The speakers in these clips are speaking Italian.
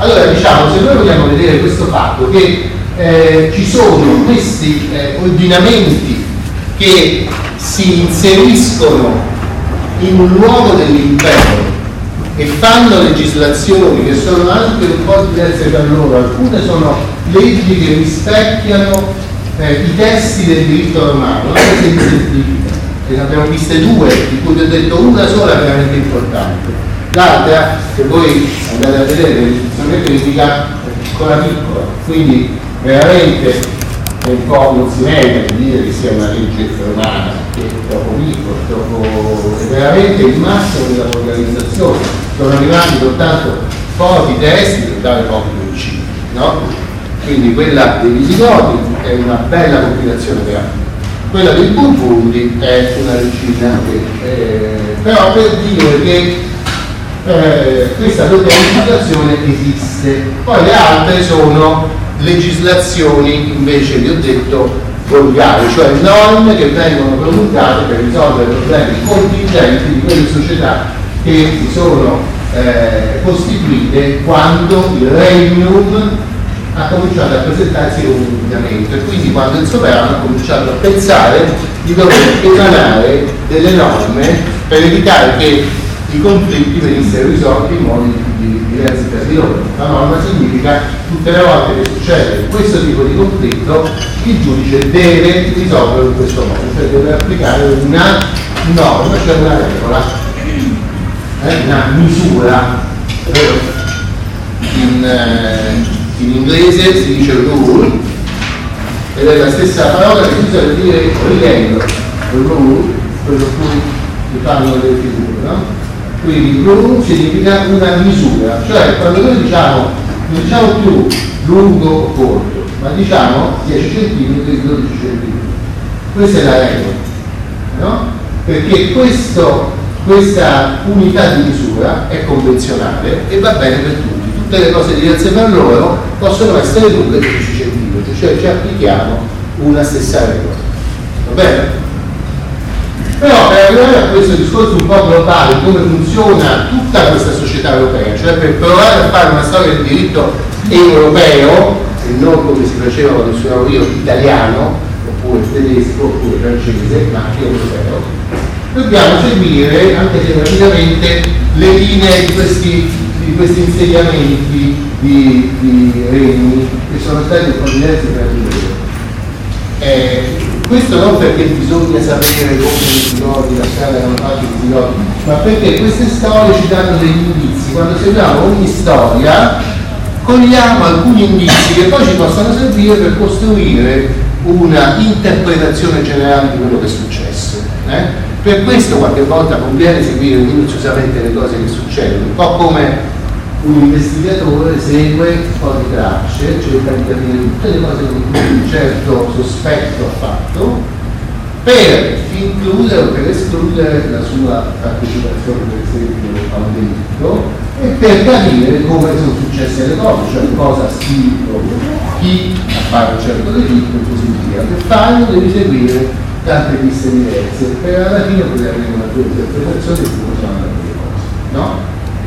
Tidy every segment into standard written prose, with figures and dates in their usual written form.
Allora diciamo, se noi vogliamo vedere questo fatto che ci sono questi ordinamenti che si inseriscono in un luogo dell'impero e fanno legislazioni che sono anche un po' diverse da loro, alcune sono leggi che rispecchiano i testi del diritto romano, non si semplifica. Ne abbiamo viste due, di cui vi ho detto una sola veramente importante, l'altra che voi andate a vedere non significa piccola piccola, quindi veramente è un po' non si merita di dire che sia una legge romana, che è troppo piccola, è veramente il massimo della organizzazione. Sono arrivati soltanto pochi testi per dare pochi principi, no? Quindi quella dei Visigoti è una bella compilazione grande, quella dei Burgundi è una regina però per dire che questa doppia legislazione esiste. Poi le altre sono legislazioni invece, vi ho detto, volgari, cioè norme che vengono promulgate per risolvere problemi contingenti di quelle società che si sono costituite quando il regnum ha cominciato a presentarsi come un ordinamento, e quindi quando il sovrano ha cominciato a pensare di dover emanare delle norme per evitare che i conflitti venissero risolti in modi diversi tra di loro. La norma significa tutte le volte che succede questo tipo di conflitto il giudice deve risolverlo in questo modo, cioè deve applicare una norma, cioè una regola, una misura. In inglese si dice rule ed è la stessa parola che si usa per dire rileggo, rule, quello cui si fanno le figure, no? Quindi rule significa una misura, cioè quando noi diciamo, non diciamo più lungo o corto, ma diciamo 10 cm, 12 cm. Questa è la regola, no? Perché questa unità di misura è convenzionale e va bene per tutti. Tutte le cose diverse per loro possono essere lunghe 10 cm, cioè ci applichiamo una stessa regola. Va bene? Però per arrivare a questo discorso un po' globale, come funziona tutta questa società europea, cioè per provare a fare una storia del diritto europeo, e non come si faceva quando studiavo io, italiano, oppure tedesco, oppure francese, ma anche europeo, dobbiamo seguire, anche se rapidamente, le linee di questi insediamenti di regni che sono stati un po' diversi tra di loro. Questo non perché bisogna sapere come i Visigoti, la scala erano fatti i Visigoti, ma perché queste storie ci danno degli indizi. Quando seguiamo ogni storia cogliamo alcuni indizi che poi ci possono servire per costruire una interpretazione generale di quello che è successo. Per questo qualche volta conviene seguire minuziosamente le cose che succedono, un po' come un investigatore segue un po' di tracce, cerca di capire tutte le cose che un certo sospetto ha fatto per includere o per escludere la sua partecipazione, per esempio, a un delitto, e per capire come sono successe le cose, cioè cosa ha spinto chi a fare un certo delitto e così via. Per farlo devi seguire tante piste diverse per alla fine poter avere una tua interpretazione di come sono andate le cose, no?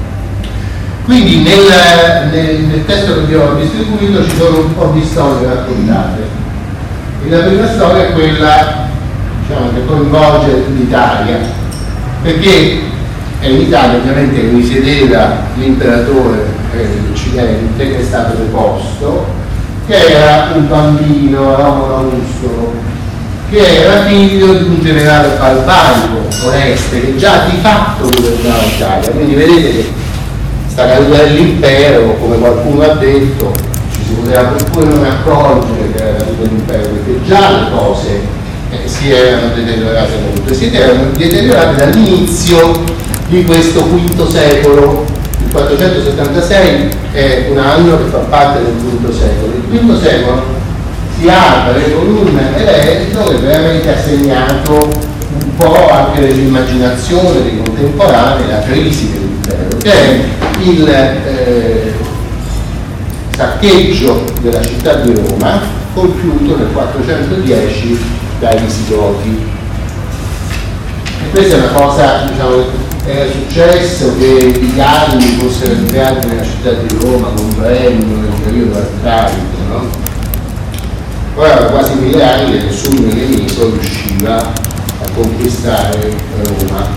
Quindi nel testo che vi ho distribuito ci sono un po' di storie raccontate. E la prima storia è quella, diciamo, che coinvolge l'Italia, perché è in Italia ovviamente che risiedeva l'imperatore dell'Occidente, che è stato deposto, che era un bambino, Romolo Augusto, che era figlio di un generale barbarico, Oreste, che già di fatto governava l'Italia. Quindi vedete che sta caduta dell'impero, come qualcuno ha detto, ci si poteva pure non accorgere che era caduta dell'impero, perché già le cose si erano deteriorate molto, e si erano deteriorate dall'inizio di questo V secolo. Il 476 è un anno che fa parte del V secolo. Il V secolo si apre con un evento che veramente ha segnato un po' anche nell'immaginazione dei contemporanei la crisi dell'impero, che è il saccheggio della città di Roma compiuto nel 410 dai Visigoti. E questa è una cosa, diciamo, era successo che i Galli fossero entrati nella città di Roma comprendo nel periodo arcaico, no? Ora da quasi 1000 anni che nessun nemico riusciva a conquistare Roma,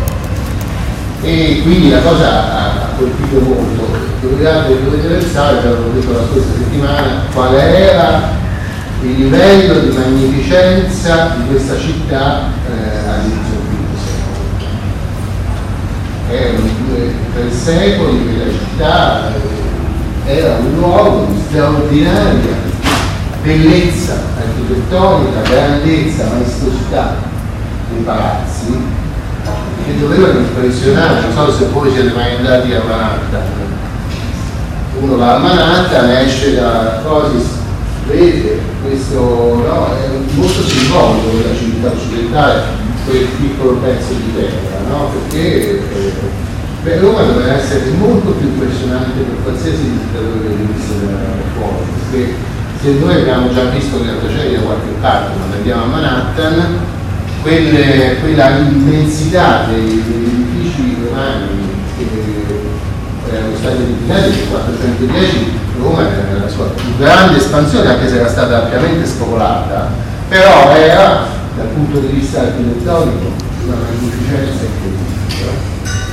e quindi la cosa ha colpito molto. Dovete pensare, ve l'avevo detto la scorsa settimana, qual era il livello di magnificenza di questa città all'inizio del V secolo. Per secoli quella città era un luogo di straordinaria bellezza architettonica, grandezza, maestosità dei palazzi che dovevano impressionare. Non so se voi siete mai andati a Manhattan. Uno va a Manhattan, esce da Cosis, vede questo, no, è molto simbolico della civiltà occidentale, quel piccolo pezzo di terra, no? Perché Roma doveva essere molto più impressionante per qualsiasi visitatore che venisse da fuori, perché se noi abbiamo già visto le grattacieli da qualche parte, quando andiamo a Manhattan, quella immensità degli edifici romani che erano stati edificati nel 410, Roma era nella sua più grande espansione, anche se era stata ampiamente spopolata, però era dal punto di vista architettonico una magnificenza incredibile.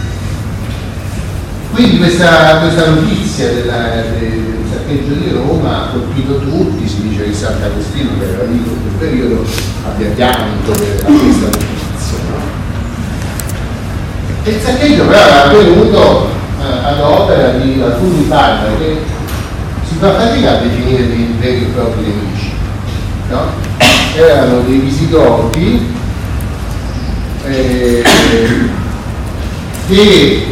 Quindi questa notizia del saccheggio di Roma ha colpito tutti. Si dice che Sant'Agostino, che era lì in quel periodo, abbia pianto per questa notizia, no? E il saccheggio però era avvenuto ad opera di alcuni padri che si fa fatica a definire dei veri e propri nemici, no? Erano dei visigoti che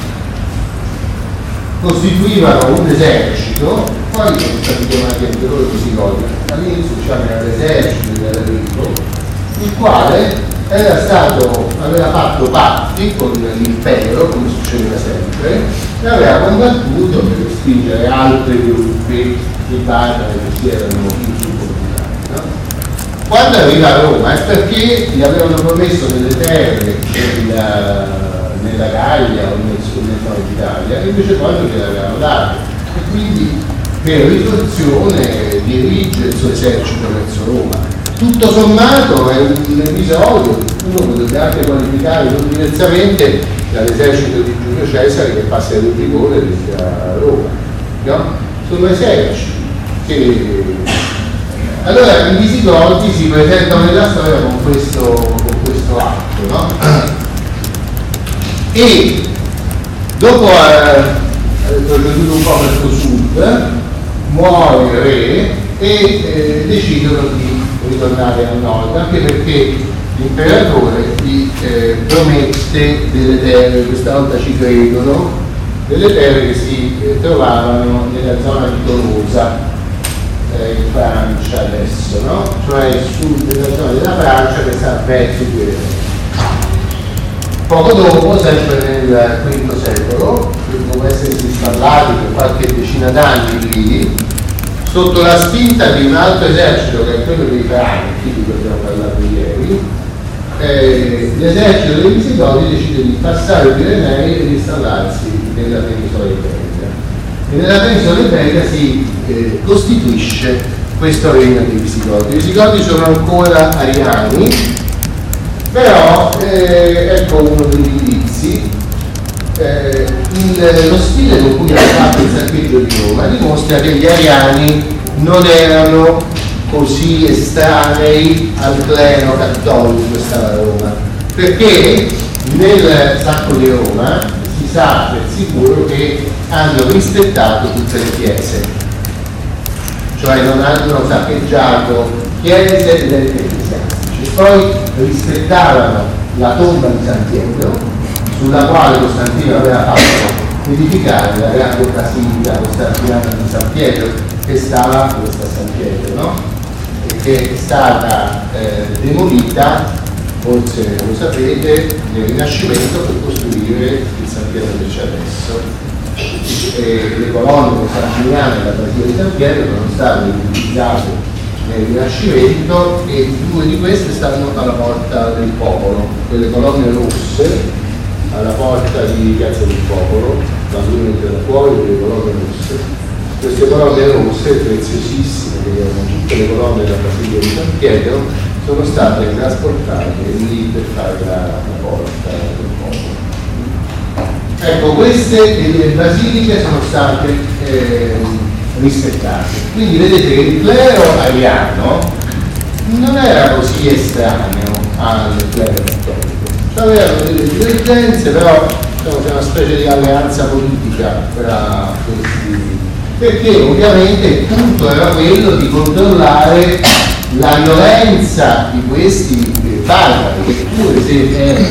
costituivano un esercito, poi sono stati chiamati anche loro visigoti. All'inizio era l'esercito di Alarico, il quale aveva fatto patti con l'impero, come succedeva sempre, e aveva combattuto per respingere altri gruppi di barbari che si erano insubordinati, no? Quando arriva a Roma è perché gli avevano promesso delle terre nella Gallia o nel nord Italia, e invece poi non gliel'avevano dato, e quindi per ritorsione dirige il suo esercito verso Roma. Tutto sommato è un episodio che uno potrebbe anche qualificare non diversamente dall'esercito di Giulio Cesare che passa il Rubicone a Roma, no? Sono eserciti che allora i visigoti si presentano nella storia con questo atto, no? E dopo aver proceduto un po' verso sud, muore il re e decidono di ritornare al nord, anche perché l'imperatore gli promette delle terre, questa volta ci credono, delle terre che si trovavano nella zona di Tolosa, in Francia adesso, no? Cioè nella zona della Francia che sta verso di Roma. Poco dopo, sempre nel V secolo, dopo essersi installati per qualche decina d'anni lì, sotto la spinta di un altro esercito che è quello dei Franchi, di cui abbiamo parlato ieri, l'esercito dei Visigoti decide di passare i Pirenei e di installarsi nella penisola iberica. E nella penisola iberica si costituisce questo regno dei Visigoti. I Visigoti sono ancora ariani, però ecco uno degli indizi. Lo stile con cui ha fatto il saccheggio di Roma dimostra che gli ariani non erano così estranei al pleno cattolico che stava a Roma, perché nel sacco di Roma si sa per sicuro che hanno rispettato tutte le chiese, cioè non hanno saccheggiato chiese ed ecclesiastici, poi rispettavano la tomba di San Pietro, sulla quale Costantino aveva fatto edificare la grande basilica costantinana di San Pietro, che stava questa San Pietro, no? E che è stata demolita, forse lo sapete, nel Rinascimento per costruire il San Pietro che c'è adesso. Le colonne santiniane della Basilica di San Pietro sono state utilizzate nel Rinascimento e due di queste stanno alla porta del popolo, quelle colonne rosse alla porta di Piazza del Popolo, quando uno entra da fuori, le colonne rosse. Queste colonne rosse, preziosissime, che erano tutte le colonne della Basilica di San Pietro, sono state trasportate lì per fare la porta del popolo. Ecco, queste basiliche sono state rispettate. Quindi vedete che il clero ariano non era così estraneo al clero cattolico. Avevano delle divergenze, però c'è una specie di alleanza politica tra questi, perché ovviamente il punto era quello di controllare la violenza di questi barbari, che pure se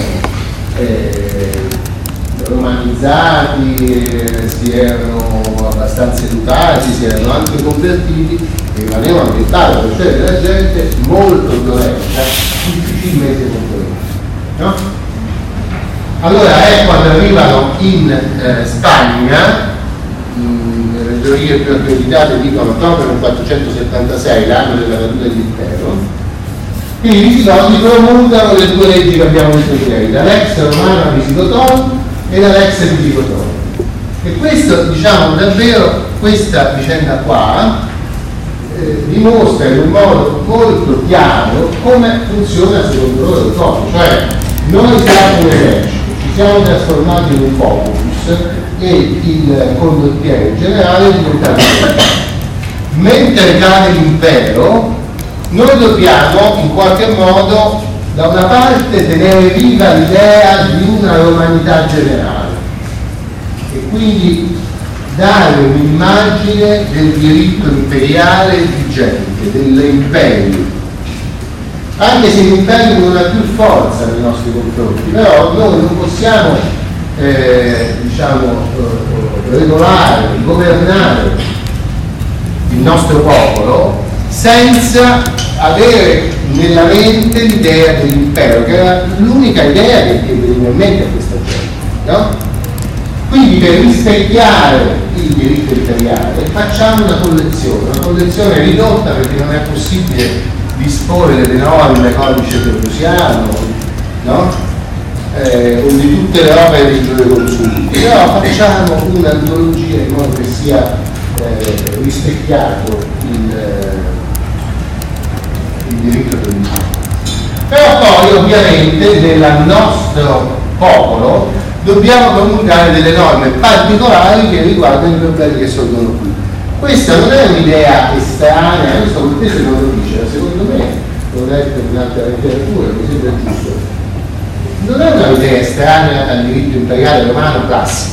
romanizzati, si erano abbastanza educati, si erano anche convertiti, rimanevano ambientati, cioè della gente molto violenta, difficilmente controllata, no? Allora quando arrivano in Spagna, le regioni più accreditate dicono proprio nel 476, l'anno della caduta dell'impero, quindi i visigoti promulgano le due leggi che abbiamo visto ieri, la Lex Romana Visigotorum e la Lex Visigotorum. E questo, diciamo, davvero questa vicenda qua dimostra in un modo molto chiaro come funziona secondo loro le cose, cioè noi siamo un esercito, ci siamo trasformati in un focus e il condottiero generale è diventato mentre cade l'impero noi dobbiamo in qualche modo da una parte tenere viva l'idea di una romanità generale e quindi dare un'immagine del diritto imperiale vigente, dell'impero, anche se l'impero non ha più forza nei nostri confronti, però noi non possiamo regolare, governare il nostro popolo senza avere nella mente l'idea dell'impero, che era l'unica idea che veniva in mente a questa gente, no? Quindi per rispecchiare il diritto imperiale facciamo una collezione ridotta perché non è possibile disporre delle norme codice perusiano, no? O di tutte le opere di giureconsulti, però facciamo un'antologia in modo che sia rispecchiato il diritto perusiano. Però poi ovviamente nel nostro popolo dobbiamo promulgare delle norme particolari che riguardano i problemi che sorgono qui. Questa non è un'idea estranea, questo Cortese non lo dice, secondo me, l'ho letto in altre letterature, mi sembra giusto. Non è un'idea estranea al diritto imperiale romano classico,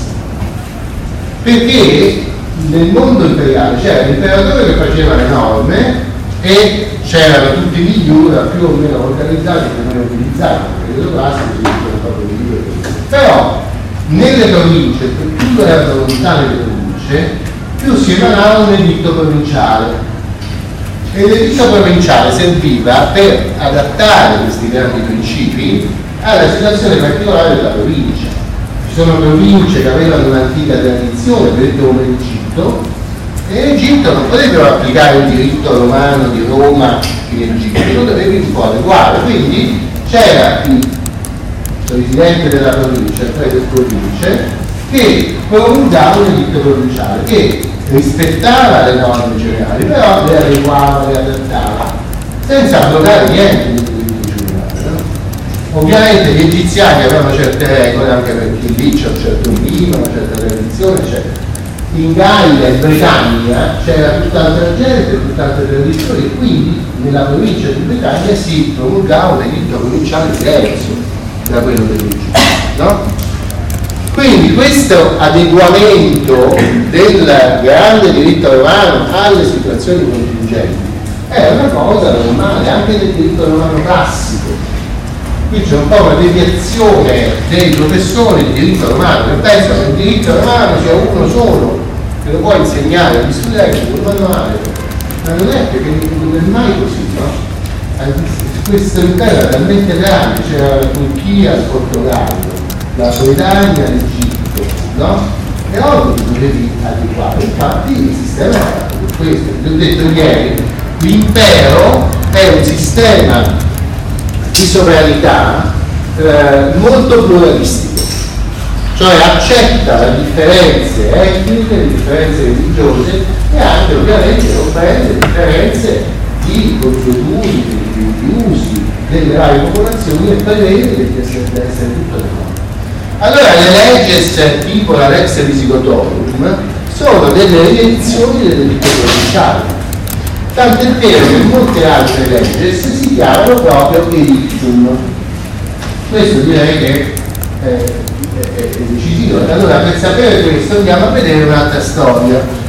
perché nel mondo imperiale c'era l'imperatore che faceva le norme e c'erano tutti gli iura più o meno organizzati che non utilizzavano, perché le classiche si dicono proprio di iura. Però nelle province, più erano lontane le province, più si emanava un editto provinciale. E l'editto provinciale serviva per adattare questi grandi principi alla situazione particolare della provincia. Ci sono province che avevano un'antica tradizione, vedete come l'Egitto, e in Egitto non potevano applicare il diritto romano di Roma in Egitto, lo dovevi un po' adeguare, quindi c'era il presidente della provincia, il pre del province, che promulgava un editto provinciale, che rispettava le norme generali, però le adeguava, le adattava, senza abrogare niente del diritto generale, no? Ovviamente gli egiziani avevano certe regole, anche perché lì c'è un certo clima, una certa tradizione, eccetera. In Gallia e Britannia c'era tutt'altra gente, tutt'altre tradizioni, e quindi nella provincia di Britannia si promulgava un editto provinciale diverso da quello dell'Egitto, no? Quindi questo adeguamento del grande diritto romano alle situazioni contingenti è una cosa normale anche nel diritto romano classico. Qui c'è un po' una deviazione dei professori di diritto romano che pensano che il diritto romano sia uno solo, che lo può insegnare agli studenti con un manuale, ma non è, perché non è mai così, no? Questo impero è talmente grande, c'era la Turchia, il Portogallo, la Bretagna, l'Egitto, no? E oggi dovevi adeguare. Infatti il sistema è fatto per questo. Vi ho detto ieri, l'impero è un sistema di sovranità molto pluralistico. cioè accetta le differenze etniche, le differenze religiose e anche ovviamente comprende le differenze di consuetudini, di usi delle varie popolazioni e prevede che deve essere tutto economico. Allora le leges tipo la lex visigotorum sono delle elezioni delle piccole provinciali, tant'è vero che molte altre leges si chiamano proprio edictum. Questo direi che è decisivo. Allora per sapere questo andiamo a vedere un'altra storia.